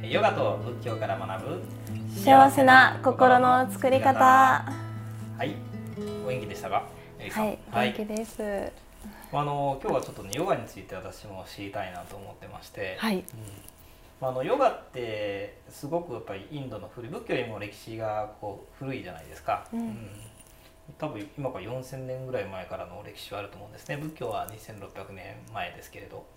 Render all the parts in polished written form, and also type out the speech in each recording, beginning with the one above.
ヨガと仏教から学ぶ幸せな心の作り方。 はい、お元気でしたか？ はい、元気です。 今日はちょっとね、ヨガについて私も知りたいなと思ってまして、 はい、 ヨガってすごくやっぱりインドの仏教よりも歴史が古いじゃないですか。多分今から4000年ぐらい前からの歴史はあると思うんですね。仏教は2600年前ですけれど。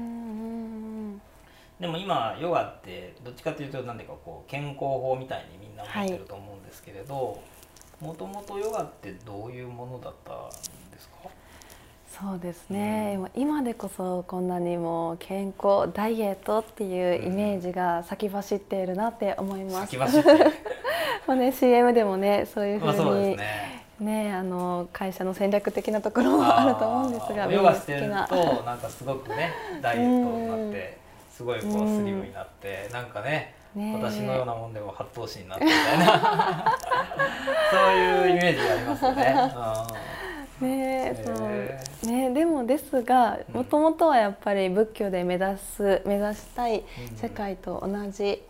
でも今ヨガってどっちかというと何ていうか健康法みたいにみんな思ってると思うんですけれど、もともとヨガってどういうものだったんですか？ そうですね、今でこそこんなにも健康ダイエットっていうイメージが先走っているなって思います。 先走ってもうね、CM でもね、そういうふうにね、 会社の戦略的なところもあると思うんですが、 ヨガしてるとなんかすごくねダイエットになってすごいスリムになってなんかね、私のようなもんでも八頭身になってみたいなそういうイメージがありますよね。 でもですが、もともとはやっぱり仏教で目指したい世界と同じです。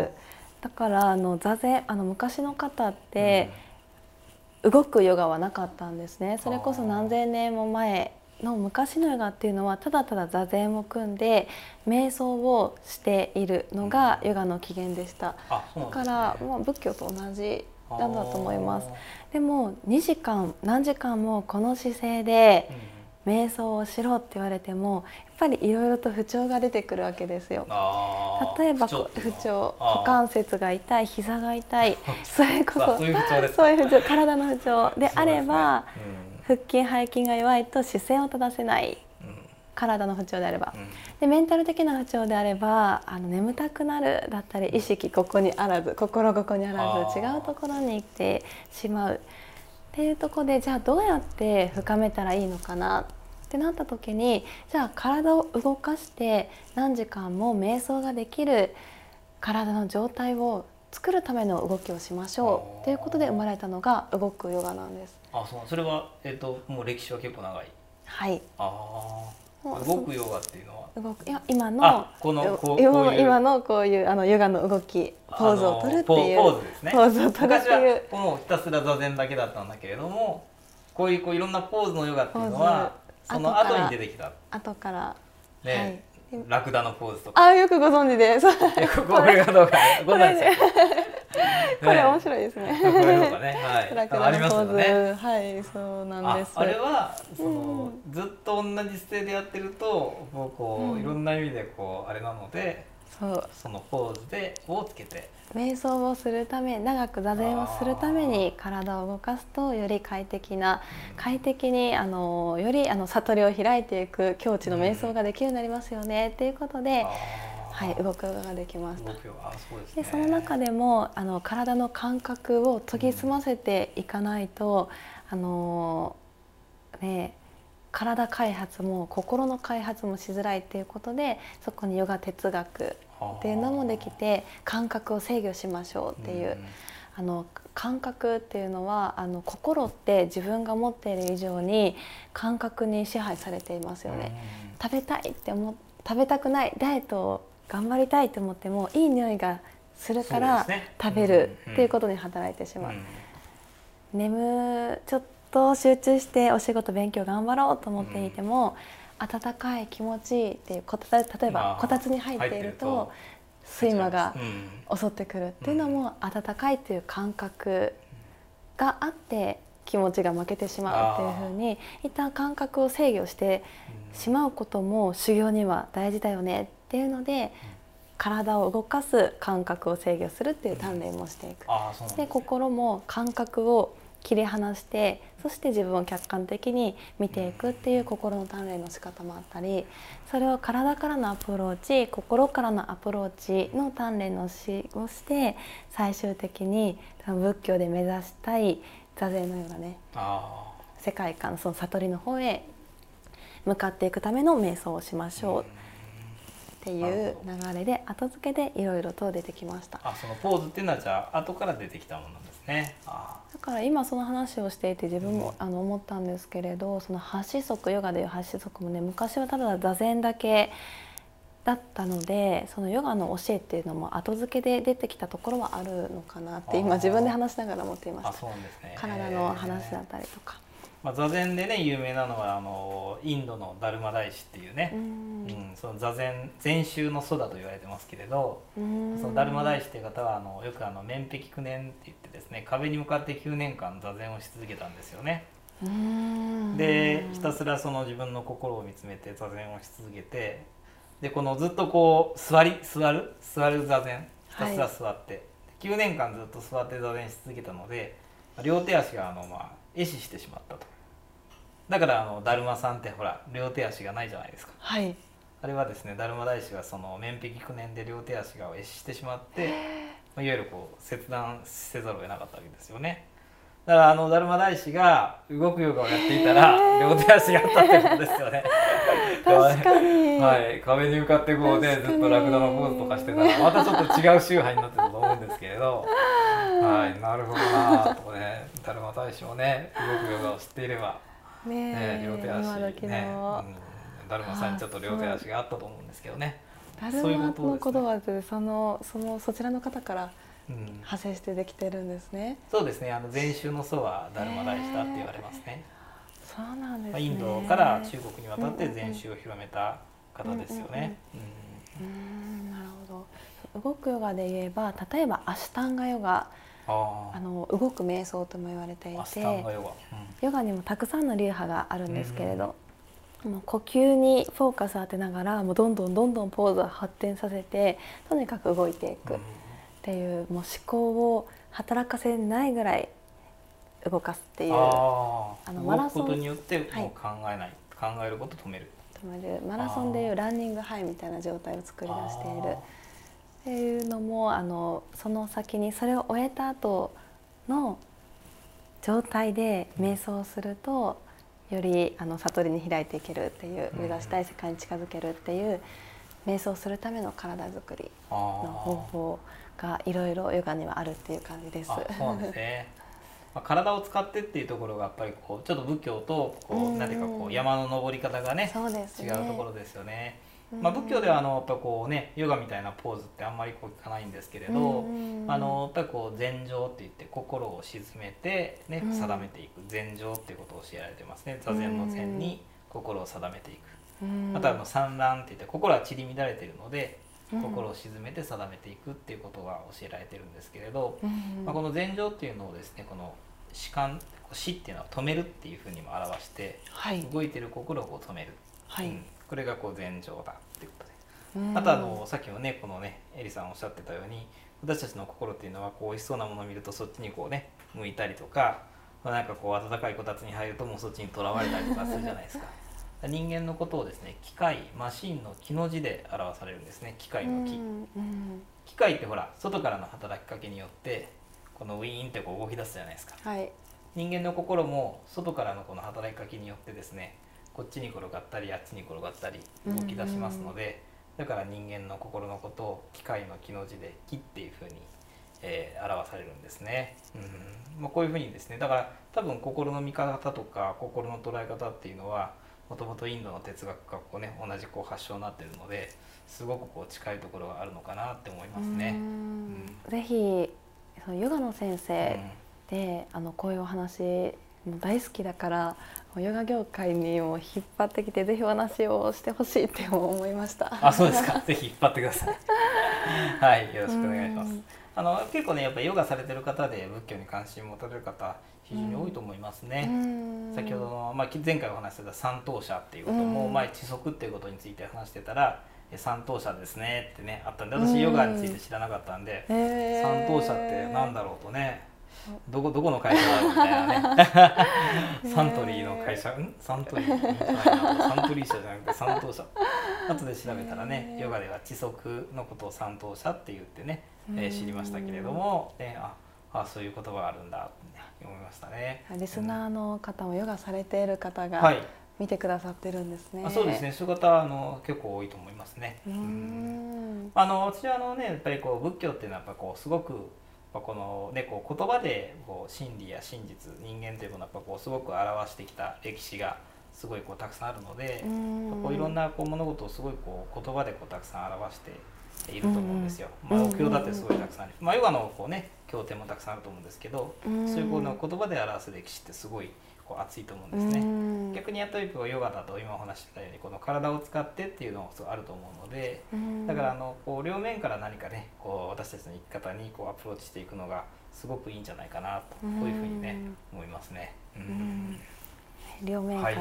だから座禅、昔の方って動くヨガはなかったんですね。それこそ何千年も前の昔のヨガっていうのはただただ座禅を組んで瞑想をしているのがヨガの起源でした。だから仏教と同じなんだと思います。でも2時間何時間もこの姿勢で瞑想をしろって言われてもやっぱりいろいろと不調が出てくるわけですよ。例えば不調、股関節が痛い、膝が痛い、それこそそういう不調、体の不調であれば、腹筋背筋が弱いと姿勢を正せない、体の不調であれば、でメンタル的な不調であれば眠たくなるだったり、意識ここにあらず、心ここにあらず、違うところに行ってしまうっていうところで、じゃあどうやって深めたらいいのかなってなった時に、じゃあ体を動かして何時間も瞑想ができる体の状態を作るための動きをしましょうということで生まれたのが動くヨガなんです。 それはもう歴史は結構長い。 はい。 動くヨガっていうのは今のこういうヨガの動き、ポーズを取るっていうポーズですね。 ポーズを取るっていう。 昔はもうひたすら座禅だけだったんだけれども、こういういろんなポーズのヨガっていうのはその後に出てきた。 後からね、ラクダのポーズとか。 よくご存知で。 これがどうかご存知ですか？ これ面白いですね。 これとかね、ラクダのポーズ、はい、そうなんです。 あれはずっと同じ姿勢でやってるといろんな意味であれなので、そのポーズをつけて瞑想をするため、長く座禅をするために体を動かすとより快適により悟りを開いていく境地の瞑想ができるようになりますよねっていうことで、動くヨガができました。でその中でも体の感覚を研ぎ澄ませていかないと体開発も心の開発もしづらいっていうことで、そこにヨガ哲学っていうのもできて、感覚を制御しましょうっていう、感覚っていうのは心って自分が持っている以上に感覚に支配されていますよね。食べたくない、ダイエットを頑張りたいと思ってもいい匂いがするから食べるっていうことに働いてしまう。ちょっと集中してお仕事勉強頑張ろうと思っていても、温かい気持ちいいっていう例えばこたつに入っていると睡魔が襲ってくるっていうのも、温かいっていう感覚があって気持ちが負けてしまうっていうふうに、一旦感覚を制御してしまうことも修行には大事だよねっていうので、体を動かす感覚を制御するっていう鍛錬もしていく。で心も感覚を切り離して、そして自分を客観的に見ていくっていう心の鍛錬の仕方もあったり、それを体からのアプローチ、心からのアプローチの鍛錬をして最終的に仏教で目指したい座禅のようなね、世界観、その悟りの方へ向かっていくための瞑想をしましょうっていう流れで、後付けでいろいろと出てきました。 そのポーズっていうのはじゃあ後から出てきたものなんですね。 だから今その話をしていて自分も思ったんですけれど、その8子息、ヨガでいう8子息もね、昔はただ座禅だけだったので、そのヨガの教えっていうのも後付けで出てきたところはあるのかなって今自分で話しながら思っていました。 そうですね、 体の話だったりとか、 座禅でね有名なのはインドのダルマ大師っていうね、その禅宗の祖だと言われてますけれど、そのダルマ大師っていう方はよく面壁9年って言ってですね、壁に向かって9年間座禅をし続けたんですよね。でひたすらその自分の心を見つめて座禅をし続けて、でこのずっとこう座る座禅、ひたすら座って、はい、9年間ずっと座って座禅し続けたので、両手足が壊死してしまったと。だからダルマさんってほら両手足がないじゃないですか。 はい、あれはですね、ダルマ大師はその面壁9年で両手足が壊死してしまって、いわゆるこう切断せざるを得なかったわけですよね。だからダルマ大師が動くヨガをやっていたら両手足があったってことですよね。 確かに、 はい、壁に向かってこうねずっとラクダのポーズとかしてたらまたちょっと違う宗派になってたと思うんですけれど、はい、なるほどなとね、ダルマ大師もね動くヨガを知っていれば、両手足ね、ダルマさんにちょっと両手足があったと思うんですけどね。 ダルマの言葉ってそちらの方から派生してできてるんですね。 そうですね、禅宗の祖はダルマ大師だって言われますね。 そうなんですね。 インドから中国に渡って禅宗を広めた方ですよね。 なるほど。動くヨガで言えば、例えばアシュタンガヨガ、動く瞑想とも言われていて、ヨガにもたくさんの流派があるんですけれど、もう呼吸にフォーカスを当てながらもうどんどんポーズを発展させて、とにかく動いていくっていう、もう思考を働かせないぐらい動かすっていう、 マラソン動くことによってもう考えない、考えることを止めるマラソンでいうランニングハイみたいな状態を作り出しているっていうのも、その先にそれを終えた後の状態で瞑想するとより悟りに開いていけるっていう、目指したい世界に近づけるっていう瞑想するための体づくりの方法がいろいろヨガにはあるっていう感じです。 そうですね。体を使ってっていうところがやっぱりこうちょっと仏教と何ていうかこう山の登り方がね、違うところですよね。仏教ではやっぱこうねヨガみたいなポーズってあんまりこう聞かないんですけれど、やっぱりこう禅定って言って心を鎮めてね定めていく禅定っていうことを教えられてますね。座禅の禅に心を定めていく。また散乱って言って心は散り乱れているので心を鎮めて定めていくっていうことが教えられてるんですけれど、この禅定っていうのをですね、この止観、止っていうのは止めるっていうふうにも表して、動いてる心を止める、これがこう禅定だっていうことで、あとさっきのねこのねエリさんおっしゃってたように、私たちの心っていうのはこう美味しそうなものを見るとそっちにこうね向いたりとか、なんかこう温かいこたつに入るともうそっちにとらわれたりとかするじゃないですか。人間のことをですね、機械、マシンの気の字で表されるんですね。機械の気、機械ってほら外からの働きかけによってこのウィーンってこう動き出すじゃないですか。人間の心も外からのこの働きかけによってですね、こっちに転がったりあっちに転がったり動き出しますので、だから人間の心のことを機械の気の字で気っていうふうに、表されるんですね。こういうふうにですね、だから多分心の見方とか心の捉え方っていうのはもともとインドの哲学がこう、ね、同じこう発祥になっているので、すごくこう近いところがあるのかなって思いますね。 ぜひヨガの先生で、こういうお話も大好きだからヨガ業界にも引っ張ってきてぜひお話をしてほしいって思いました。 そうですか。ぜひ引っ張ってください。はい、よろしくお願いします。結構ねやっぱりヨガされてる方で仏教に関心を持たれる方非常に多いと思いますね。先ほどの、前回お話しした三等者っていうことも、前知足っていうことについて話してたら三等者ですねってねあったんで、私ヨガについて知らなかったんで、三等者ってなんだろうとね、どこの会社だろうみたいなね。サントリーの会社、サントリーサントリー社じゃなくて三等者。後で調べたらね、ヨガでは知足のことを三等者って言ってね、知りましたけれども、そういう言葉があるんだって思いましたね。 リスナーの方もヨガされている方が見てくださってるんですね。 そうですね、そういう方結構多いと思いますね。私はねやっぱりこう仏教っていうのはやっぱこうすごくこのねこう言葉でこう真理や真実、人間というものをやっぱこうすごく表してきた歴史がすごいこうたくさんあるので、こういろんなこう物事をすごいこう言葉でこうたくさん表していると思うんですよ。まあ、お経だってすごいたくさんある、まあ、ヨガのこうね経典もたくさんあると思うんですけど、そういうこの言葉で表す歴史ってすごいこう熱いと思うんですね。逆にやっぱりヨガだと今お話ししたようにこの体を使ってっていうのもあると思うので、だからこう両面から何かねこう私たちの生き方にこうアプローチしていくのがすごくいいんじゃないかなと、こういうふうにね思いますね。 両面から、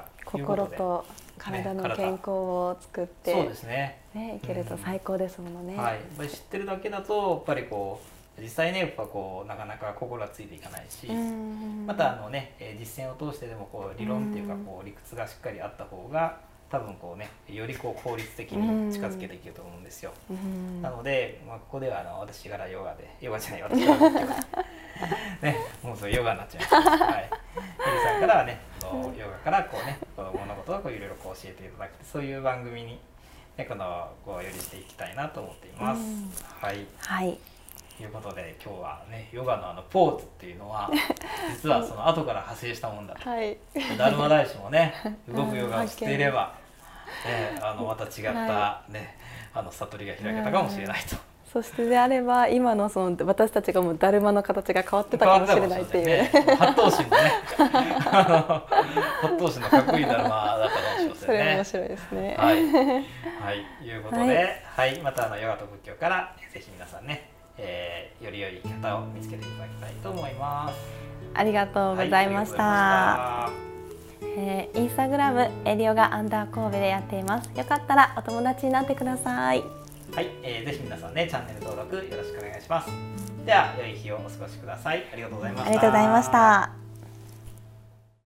心と体の健康を作って、 そうですね。 いけると最高ですものね。 はい、やっぱり知ってるだけだとやっぱりこう実際ねやっぱこうなかなか心がついていかないし、また実践を通してでもこう理論っていうかこう理屈がしっかりあった方が多分こうねよりこう効率的に近づけていけると思うんですよ。なので、まあ、ここでは私からヨガじゃない私から仏教ね、もうそうヨガになっちゃいました。はい。エリさんからはね、ヨガからこうね、この物事をこういろいろこう教えていただくそういう番組にねこうよりしていきたいなと思っています。はい。 はい。 ということで今日はねヨガのポーズっていうのは実はその後から派生したもんだと。はい。ダルマ大師もね動くヨガをしていれば、また違ったね悟りが開けたかもしれないと。 そしてであれば今のその私たちがもうだるまの形が変わってたかもしれないっていう。 八頭身のね八頭身のかっこいいだるまだったかもしれませんね。 それ面白いですね。 はい。はい。いうことで、はい、またヨガと仏教からぜひ皆さんね、より良い方を見つけていただきたいと思います。 ありがとうございました。インスタグラムエリヨガアンダー神戸でやっています。よかったらお友達になってください。 はい、ぜひ皆さんねチャンネル登録よろしくお願いします。では良い日をお過ごしください。ありがとうございました。 ありがとうございました。